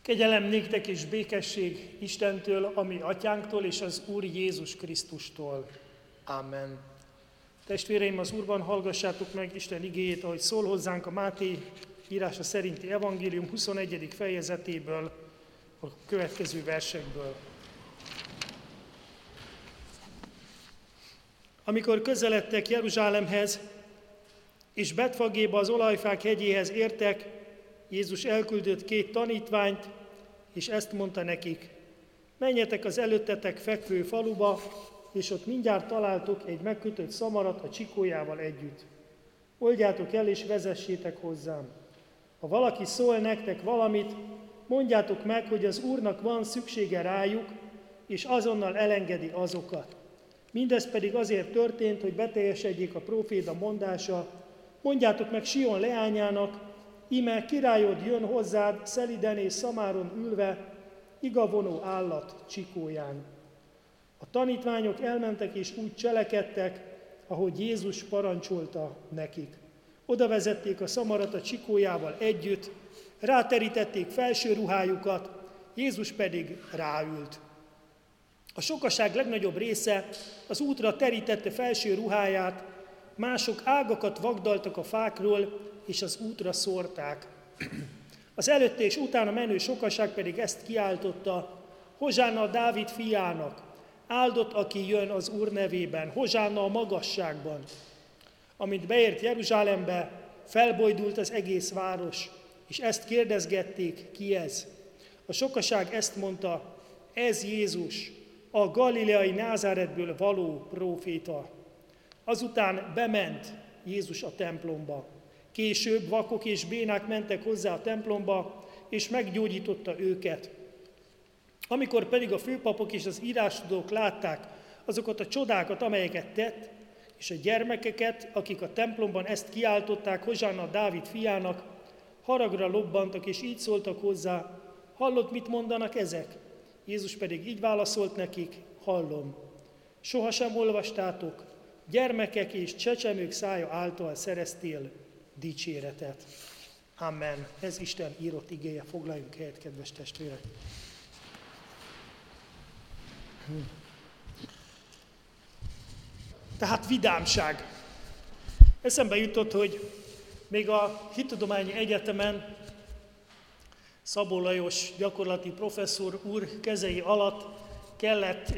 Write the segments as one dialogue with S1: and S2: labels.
S1: Kegyelem néktek és békesség Istentől, a mi atyánktól és az Úr Jézus Krisztustól. Amen. Testvéreim, az Úrban hallgassátok meg Isten igéjét, ahogy szól hozzánk a Máté írása szerinti evangélium 21. fejezetéből, a következő versekből. Amikor közeledtek Jeruzsálemhez, és Betfagéba az olajfák hegyéhez értek, Jézus elküldött 2 tanítványt, és ezt mondta nekik: menjetek az előttetek fekvő faluba, és ott mindjárt találtok egy megkötött szamarat a csikójával együtt. Oldjátok el, és vezessétek hozzám. Ha valaki szól nektek valamit, mondjátok meg, hogy az Úrnak van szüksége rájuk, és azonnal elengedi azokat. Mindez pedig azért történt, hogy beteljesedjék a próféta mondása: mondjátok meg Sion leányának, íme királyod jön hozzád szeliden és szamáron ülve, igavonó állat csikóján. A tanítványok elmentek és úgy cselekedtek, ahogy Jézus parancsolta nekik. Oda vezették a szamarat a csikójával együtt, ráterítették felső ruhájukat, Jézus pedig ráült. A sokaság legnagyobb része az útra terítette felső ruháját, mások ágakat vagdaltak a fákról, és az útra szórták. Az előtte és utána menő sokaság pedig ezt kiáltotta: hozsánna a Dávid fiának, áldott, aki jön az Úr nevében, hozsánna a magasságban. Amint beért Jeruzsálembe, felbojdult az egész város, és ezt kérdezgették: ki ez? A sokaság ezt mondta: ez Jézus, a galileai Názáretből való próféta. Azután bement Jézus a templomba. Később vakok és bénák mentek hozzá a templomba, és meggyógyította őket. Amikor pedig a főpapok és az írástudók látták azokat a csodákat, amelyeket tett, és a gyermekeket, akik a templomban ezt kiáltották: hozsánna a Dávid fiának, haragra lobbantak, és így szóltak hozzá: hallod, mit mondanak ezek? Jézus pedig így válaszolt nekik: hallom. Sohasem olvastátok: gyermekek és csecsemők szája által szereztél dicséretet. Amen. Ez Isten írott igéje. Foglaljunk helyet, kedves testvérek. Tehát vidámság. Eszembe jutott, hogy még a Hittudományi Egyetemen Szabó Lajos gyakorlati professzor úr kezei alatt kellett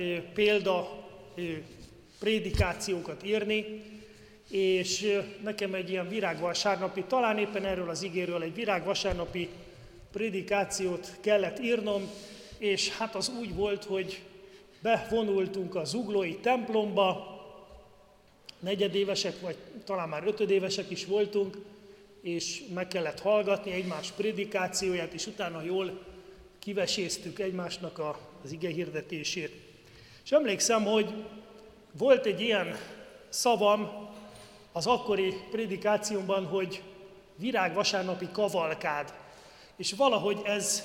S1: prédikációkat írni, és nekem egy ilyen virágvasárnapi, talán éppen erről az igéről egy virágvasárnapi prédikációt kellett írnom, és hát az úgy volt, hogy bevonultunk a zuglói templomba, negyedévesek, vagy talán már ötödévesek is voltunk, és meg kellett hallgatni egymás prédikációját, és utána jól kiveséztük egymásnak az ige hirdetését. És emlékszem, hogy volt egy ilyen szavam az akkori prédikációmban, hogy virágvasárnapi kavalkád. És valahogy ez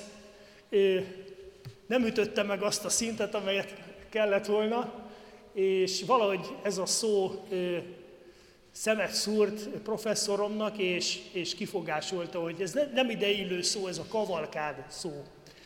S1: nem ütötte meg azt a szintet, amelyet kellett volna, és valahogy ez a szó szemet szúrt professzoromnak, és kifogásolta, hogy ez nem ideillő szó, ez a kavalkád szó.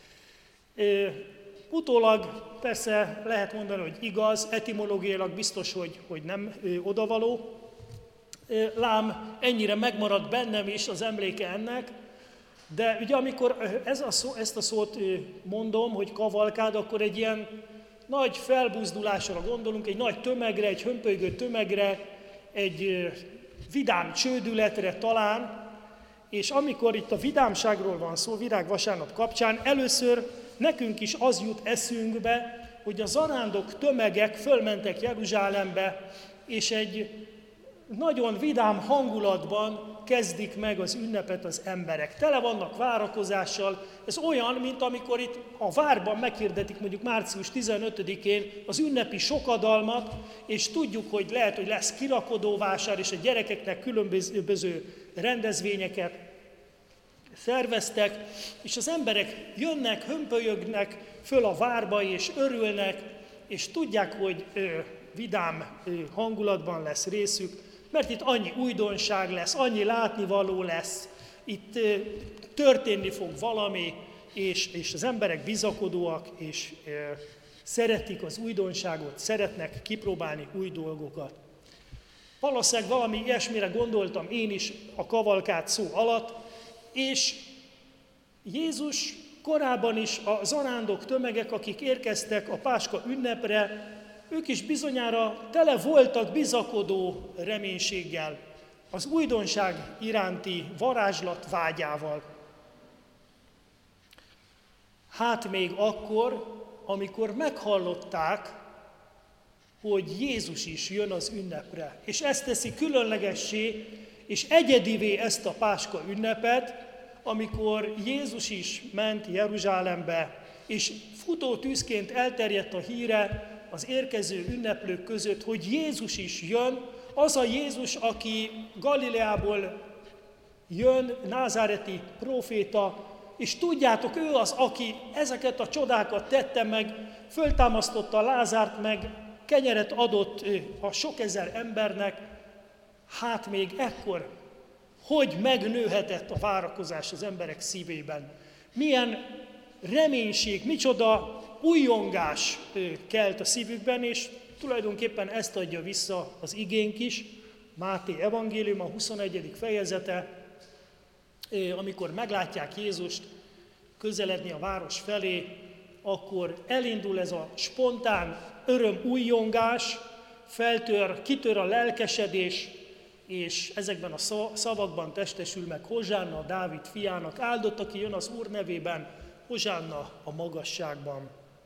S1: Utólag persze lehet mondani, hogy igaz, etimológiailag biztos, hogy nem odavaló, lám ennyire megmaradt bennem is az emléke ennek, de ugye amikor ezt a szót mondom, hogy kavalkád, akkor egy ilyen nagy felbuzdulásra gondolunk, egy nagy tömegre, egy hömpölygő tömegre, egy vidám csődületre talán, és amikor itt a vidámságról van szó virágvasárnap kapcsán, először nekünk is az jut eszünkbe, hogy a zarándok tömegek fölmentek Jeruzsálembe, és egy nagyon vidám hangulatban kezdik meg az ünnepet az emberek. Tele vannak várakozással. Ez olyan, mint amikor itt a várban meghirdetik mondjuk március 15-én az ünnepi sokadalmat, és tudjuk, hogy lehet, hogy lesz kirakodóvásár, és a gyerekeknek különböző rendezvényeket szerveztek, és az emberek jönnek, hömpölyögnek föl a várba, és örülnek, és tudják, hogy vidám hangulatban lesz részük, mert itt annyi újdonság lesz, annyi látnivaló lesz, itt történni fog valami, és az emberek bizakodóak, és szeretik az újdonságot, szeretnek kipróbálni új dolgokat. Valószínűleg valami ilyesmire gondoltam én is a kavalkád szó alatt, és Jézus korábban is a zarándok tömegek, akik érkeztek a Páska ünnepre, ők is bizonyára tele voltak bizakodó reménységgel, az újdonság iránti varázslat vágyával. Hát még akkor, amikor meghallották, hogy Jézus is jön az ünnepre, és ezt teszi különlegessé és egyedivé ezt a Páska ünnepet, amikor Jézus is ment Jeruzsálembe, és futótűzként elterjedt a híre az érkező ünneplők között, hogy Jézus is jön, az a Jézus, aki Galileából jön, názáreti próféta, és tudjátok, ő az, aki ezeket a csodákat tette meg, föltámasztotta Lázárt meg, kenyeret adott a sok ezer embernek, hát még ekkor, hogy megnőhetett a várakozás az emberek szívében. Milyen reménység, micsoda újongás kelt a szívükben, és tulajdonképpen ezt adja vissza az igénk is, Máté evangélium, a 21. fejezete, amikor meglátják Jézust közeledni a város felé, akkor elindul ez a spontán öröm újongás, kitör a lelkesedés, és ezekben a szavakban testesül meg Hozsánna, Dávid fiának, áldott, aki jön az Úr nevében, Hozsánna a magasságban.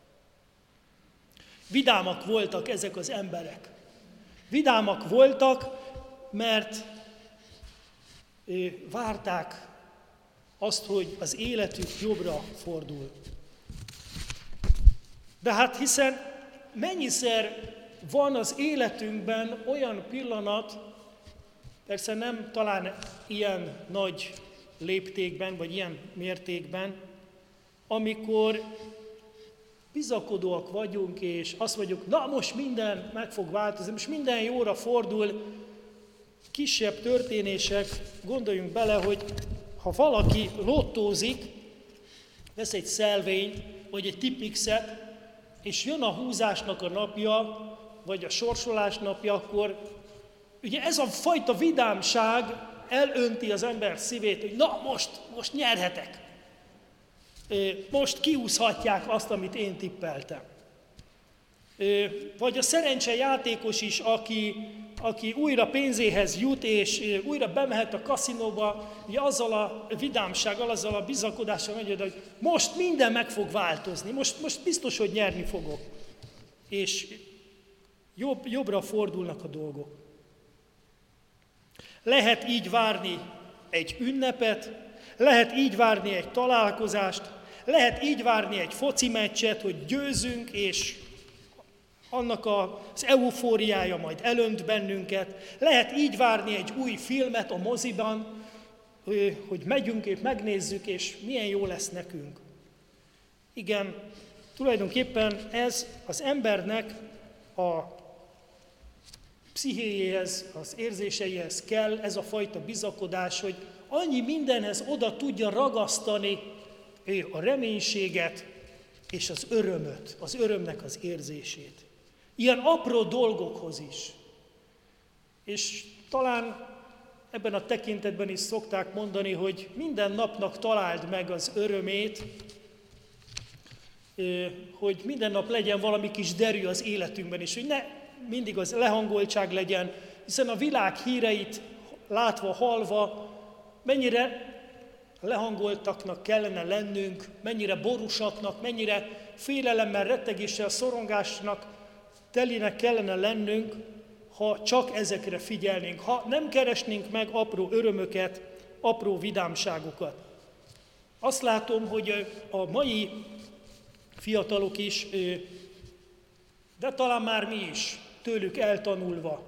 S1: Vidámak voltak ezek az emberek. Vidámak voltak, mert várták azt, hogy az életük jobbra fordul. De hát hiszen mennyiszer van az életünkben olyan pillanat, persze nem talán ilyen nagy léptékben, vagy ilyen mértékben, amikor bizakodóak vagyunk, és azt mondjuk, na most minden meg fog változni, most minden jóra fordul, kisebb történések, gondoljunk bele, hogy ha valaki lottózik, vesz egy szelvényt, vagy egy tipmixet, és jön a húzásnak a napja, vagy a sorsolás napja, akkor ugye ez a fajta vidámság elönti az ember szívét, hogy na most nyerhetek. Most kiúszhatják azt, amit én tippeltem. Vagy a szerencsejátékos is, aki újra pénzéhez jut, és újra bemehet a kaszinóba, ugye azzal a vidámsággal, azzal a bizakodással mondja, hogy most minden meg fog változni, most biztos, hogy nyerni fogok. És jobbra fordulnak a dolgok. Lehet így várni egy ünnepet, lehet így várni egy találkozást, lehet így várni egy foci meccset, hogy győzünk, és annak az eufóriája majd elönt bennünket. Lehet így várni egy új filmet a moziban, hogy megyünk és megnézzük, és milyen jó lesz nekünk. Igen, tulajdonképpen ez az embernek a pszichéjéhez, az érzéseihez kell ez a fajta bizakodás, hogy annyi mindenhez oda tudja ragasztani a reménységet és az örömöt, az örömnek az érzését. Ilyen apró dolgokhoz is. És talán ebben a tekintetben is szokták mondani, hogy minden napnak találd meg az örömét, hogy minden nap legyen valami kis derű az életünkben, és hogy ne mindig az lehangoltság legyen, hiszen a világ híreit látva, hallva, mennyire lehangoltaknak kellene lennünk, mennyire borúsaknak, mennyire félelemmel, rettegéssel, szorongásnak telinek kellene lennünk, ha csak ezekre figyelnénk, ha nem keresnénk meg apró örömöket, apró vidámságokat. Azt látom, hogy a mai fiatalok is, de talán már mi is, tőlük eltanulva,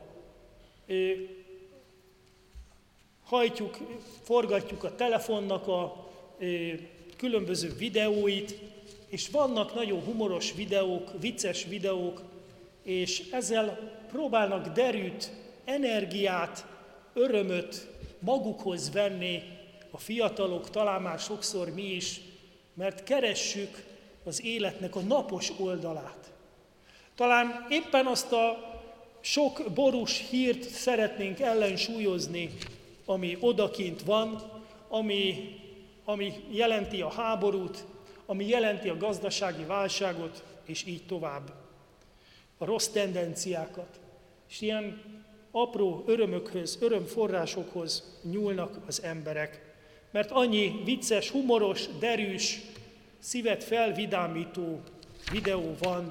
S1: forgatjuk a telefonnak a különböző videóit, és vannak nagyon humoros videók, vicces videók, és ezzel próbálnak derűt, energiát, örömöt magukhoz venni a fiatalok, talán már sokszor mi is, mert keressük az életnek a napos oldalát. Talán éppen azt a sok borús hírt szeretnénk ellensúlyozni, ami odakint van, ami jelenti a háborút, ami jelenti a gazdasági válságot, és így tovább. A rossz tendenciákat. És ilyen apró örömökhöz, örömforrásokhoz nyúlnak az emberek. Mert annyi vicces, humoros, derűs, szívet felvidámító videó van.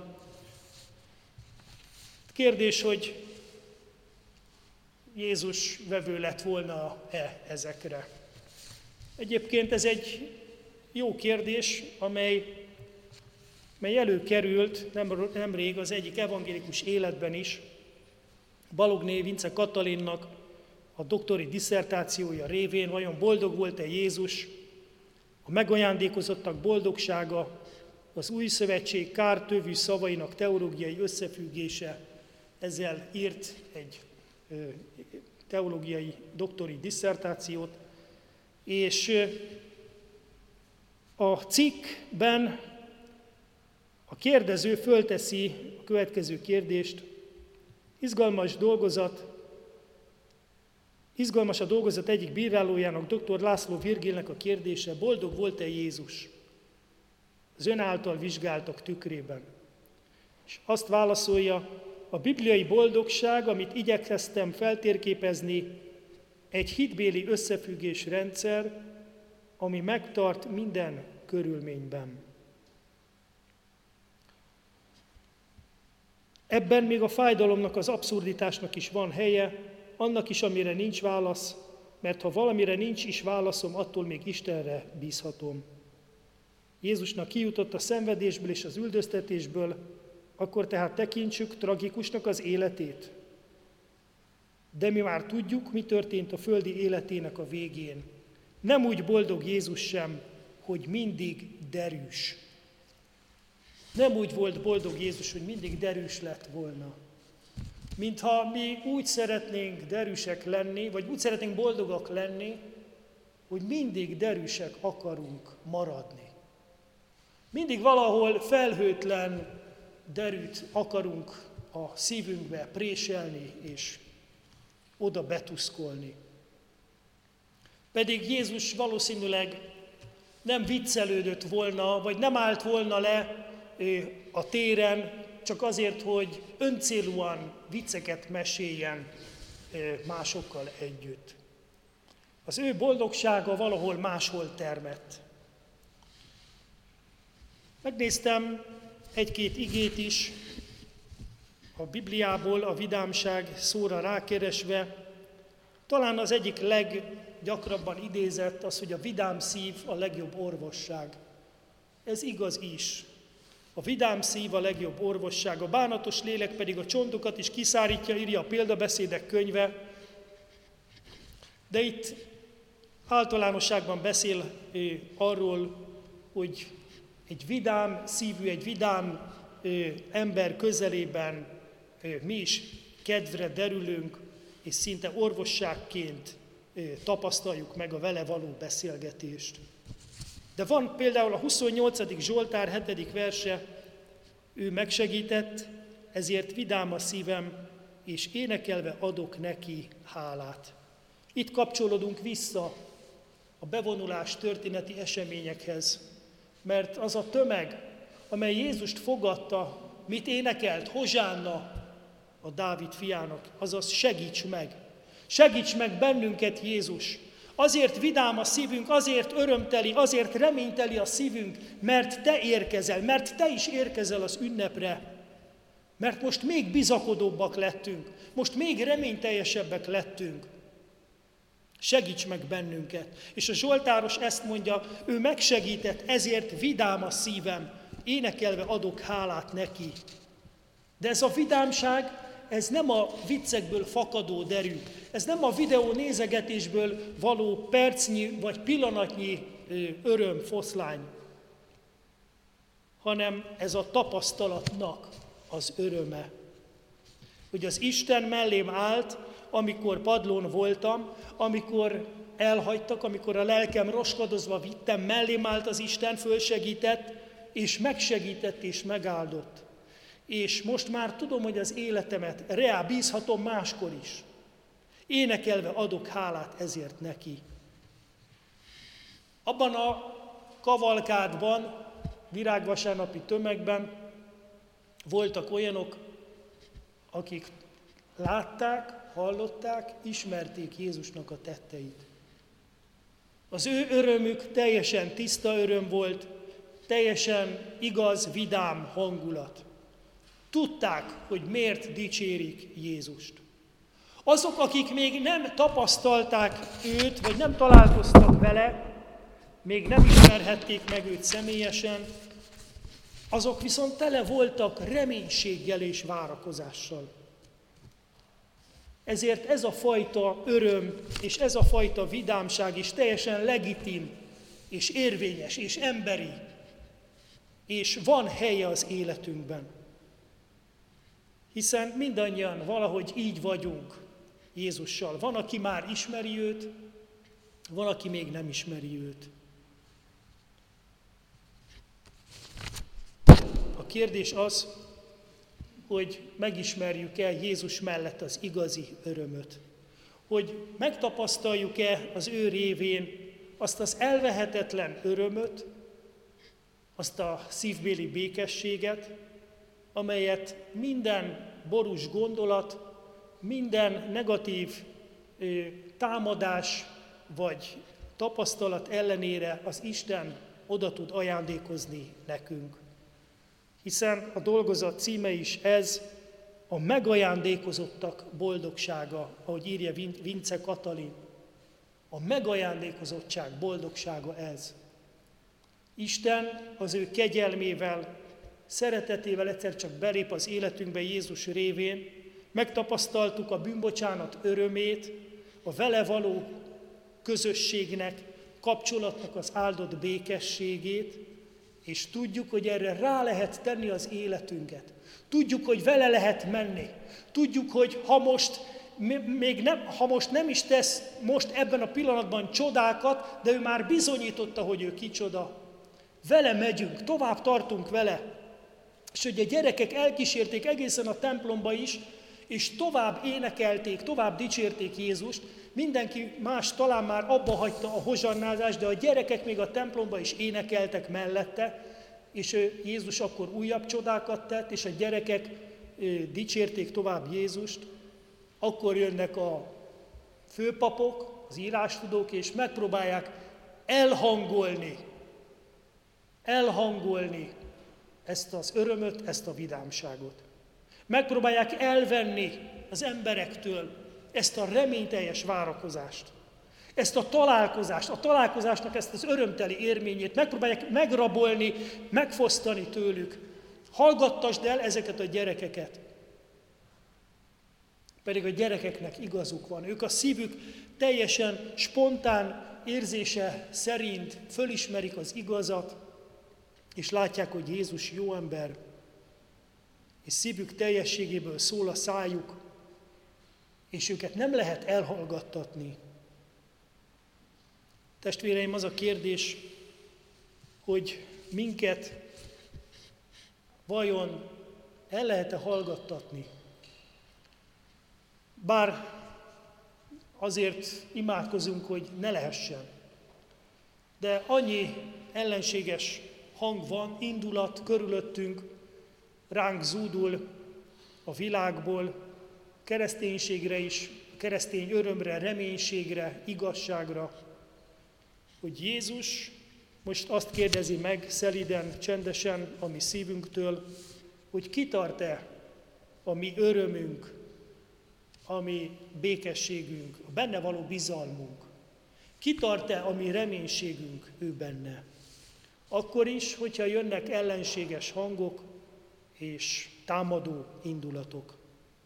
S1: Kérdés, hogy Jézus vevő lett volna-e ezekre? Egyébként ez egy jó kérdés, amely előkerült nemrég az egyik evangélikus életben is. Balogné Vince Katalinnak a doktori disszertációja révén vajon boldog volt-e Jézus, a megajándékozottak boldogsága, az új szövetség kártövű szavainak teológiai összefüggése, ezzel írt egy teológiai doktori disszertációt, és a cikkben a kérdező fölteszi a következő kérdést: izgalmas a dolgozat egyik bírálójának, dr. László Virgilnek a kérdése: boldog volt-e Jézus az ön által vizsgáltak tükrében? És azt válaszolja: a bibliai boldogság, amit igyekeztem feltérképezni, egy hitbéli összefüggés rendszer, ami megtart minden körülményben. Ebben még a fájdalomnak, az abszurditásnak is van helye, annak is, amire nincs válasz, mert ha valamire nincs is válaszom, attól még Istenre bízhatom. Jézusnak kijutott a szenvedésből és az üldöztetésből, akkor tehát tekintsük tragikusnak az életét. De mi már tudjuk, mi történt a földi életének a végén. Nem úgy boldog Jézus sem, hogy mindig derűs. Nem úgy volt boldog Jézus, hogy mindig derűs lett volna. Mintha mi úgy szeretnénk derűsek lenni, vagy úgy szeretnénk boldogak lenni, hogy mindig derűsek akarunk maradni. Mindig valahol felhőtlen derűt akarunk a szívünkbe préselni és oda betuszkolni. Pedig Jézus valószínűleg nem viccelődött volna, vagy nem állt volna le a téren, csak azért, hogy öncélúan vicceket meséljen másokkal együtt. Az ő boldogsága valahol máshol termett. Megnéztem egy-két igét is a Bibliából, a vidámság szóra rákeresve. Talán az egyik leggyakrabban idézett az, hogy a vidám szív a legjobb orvosság. Ez igaz is. A vidám szív a legjobb orvosság, a bánatos lélek pedig a csontokat is kiszárítja, írja a Példabeszédek könyve. De itt általánosságban beszél arról, hogy egy vidám szívű, egy vidám ember közelében mi is kedvre derülünk, és szinte orvosságként tapasztaljuk meg a vele való beszélgetést. De van például a 28. Zsoltár 7. verse: ő megsegített, ezért vidám a szívem, és énekelve adok neki hálát. Itt kapcsolódunk vissza a bevonulás történeti eseményekhez, mert az a tömeg, amely Jézust fogadta, mit énekelt? Hozsánna a Dávid fiának, azaz segíts meg! Segíts meg bennünket, Jézus! Azért vidám a szívünk, azért örömteli, azért reményteli a szívünk, mert Te érkezel, mert Te is érkezel az ünnepre, mert most még bizakodóbbak lettünk, most még reményteljesebbek lettünk. Segíts meg bennünket! És a zsoltáros ezt mondja, ő megsegített, ezért vidám a szívem, énekelve adok hálát neki. De ez a vidámság, ez nem a viccekből fakadó derű, ez nem a videó nézegetésből való percnyi vagy pillanatnyi öröm, foszlány, hanem ez a tapasztalatnak az öröme. Hogy az Isten mellém állt, amikor padlón voltam, amikor elhagytak, amikor a lelkem roskadozva vittem, mellém állt az Isten, fölsegített, és megsegített, és megáldott. És most már tudom, hogy az életemet reá bízhatom máskor is. Énekelve adok hálát ezért neki. Abban a kavalkádban, virágvasárnapi tömegben voltak olyanok, akik látták, hallották, ismerték Jézusnak a tetteit. Az ő örömük teljesen tiszta öröm volt, teljesen igaz, vidám hangulat. Tudták, hogy miért dicsérik Jézust. Azok, akik még nem tapasztalták őt, vagy nem találkoztak vele, még nem ismerhették meg őt személyesen, azok viszont tele voltak reménységgel és várakozással. Ezért ez a fajta öröm és ez a fajta vidámság is teljesen legitim, és érvényes, és emberi, és van helye az életünkben. Hiszen mindannyian valahogy így vagyunk Jézussal. Van, aki már ismeri őt, van, aki még nem ismeri őt. A kérdés az, hogy megismerjük-e Jézus mellett az igazi örömöt. Hogy megtapasztaljuk-e az ő révén azt az elvehetetlen örömöt, azt a szívbéli békességet, amelyet minden borús gondolat, minden negatív támadás vagy tapasztalat ellenére az Isten oda tud ajándékozni nekünk. Hiszen a dolgozat címe is ez, a megajándékozottak boldogsága, ahogy írja Vince Katalin. A megajándékozottság boldogsága ez. Isten az ő kegyelmével, szeretetével egyszer csak belép az életünkbe Jézus révén, megtapasztaltuk a bűnbocsánat örömét, a vele való közösségnek, kapcsolatnak az áldott békességét, és tudjuk, hogy erre rá lehet tenni az életünket. Tudjuk, hogy vele lehet menni. Tudjuk, hogy ha most nem is tesz most ebben a pillanatban csodákat, de ő már bizonyította, hogy ő kicsoda. Vele megyünk, tovább tartunk vele. És hogy a gyerekek elkísérték egészen a templomba is, és tovább énekelték, tovább dicsérték Jézust. Mindenki más talán már abba hagyta a hozsannázást, de a gyerekek még a templomba is énekeltek mellette, és Jézus akkor újabb csodákat tett, és a gyerekek dicsérték tovább Jézust. Akkor jönnek a főpapok, az írástudók, és megpróbálják elhangolni ezt az örömöt, ezt a vidámságot. Megpróbálják elvenni az emberektől ezt a reményteljes várakozást, ezt a találkozásnak ezt az örömteli érményét, megpróbálják megrabolni, megfosztani tőlük. Hallgattasd el ezeket a gyerekeket. Pedig a gyerekeknek igazuk van. Ők a szívük teljesen spontán érzése szerint fölismerik az igazat, és látják, hogy Jézus jó ember, és szívük teljességéből szól a szájuk, és őket nem lehet elhallgattatni. Testvéreim, az a kérdés, hogy minket vajon el lehet-e hallgattatni? Bár azért imádkozunk, hogy ne lehessen. De annyi ellenséges hang van, indulat körülöttünk, ránk zúdul a világból, kereszténységre is, keresztény örömre, reménységre, igazságra, hogy Jézus most azt kérdezi meg szeliden, csendesen a mi szívünktől, hogy kitart-e a mi örömünk, a mi békességünk, a benne való bizalmunk. Kitart-e a mi reménységünk ő benne? Akkor is, hogyha jönnek ellenséges hangok és támadó indulatok.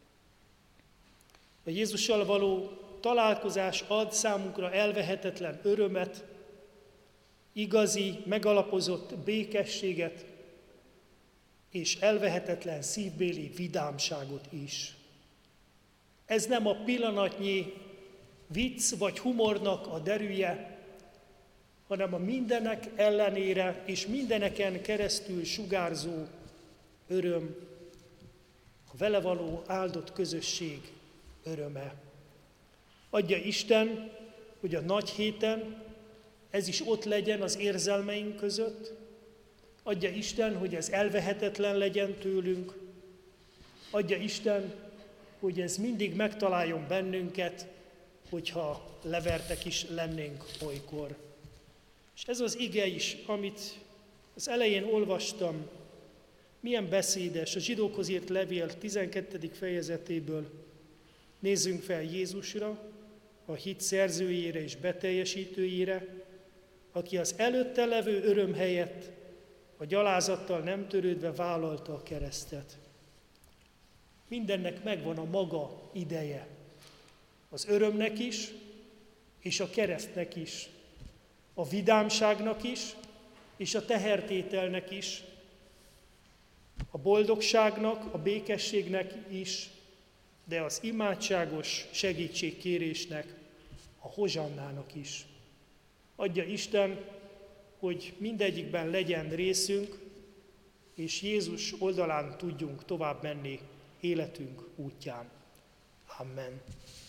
S1: A Jézussal való találkozás ad számunkra elvehetetlen örömet, igazi, megalapozott békességet és elvehetetlen szívbéli vidámságot is. Ez nem a pillanatnyi vicc vagy humornak a derűje, hanem a mindenek ellenére és mindeneken keresztül sugárzó öröm, a vele való áldott közösség öröme. Adja Isten, hogy a nagy héten ez is ott legyen az érzelmeink között, adja Isten, hogy ez elvehetetlen legyen tőlünk, adja Isten, hogy ez mindig megtaláljon bennünket, hogyha levertek is lennénk olykor. És ez az ige is, amit az elején olvastam, milyen beszédes, a zsidókhoz írt levél 12. fejezetéből. Nézzünk fel Jézusra, a hit szerzőjére és beteljesítőjére, aki az előtte levő öröm helyett a gyalázattal nem törődve vállalta a keresztet. Mindennek megvan a maga ideje. Az örömnek is, és a keresztnek is. A vidámságnak is, és a tehertételnek is. A boldogságnak, a békességnek is, de az imádságos segítségkérésnek, a hozsannának is. Adja Isten, hogy mindegyikben legyen részünk, és Jézus oldalán tudjunk tovább menni életünk útján. Amen.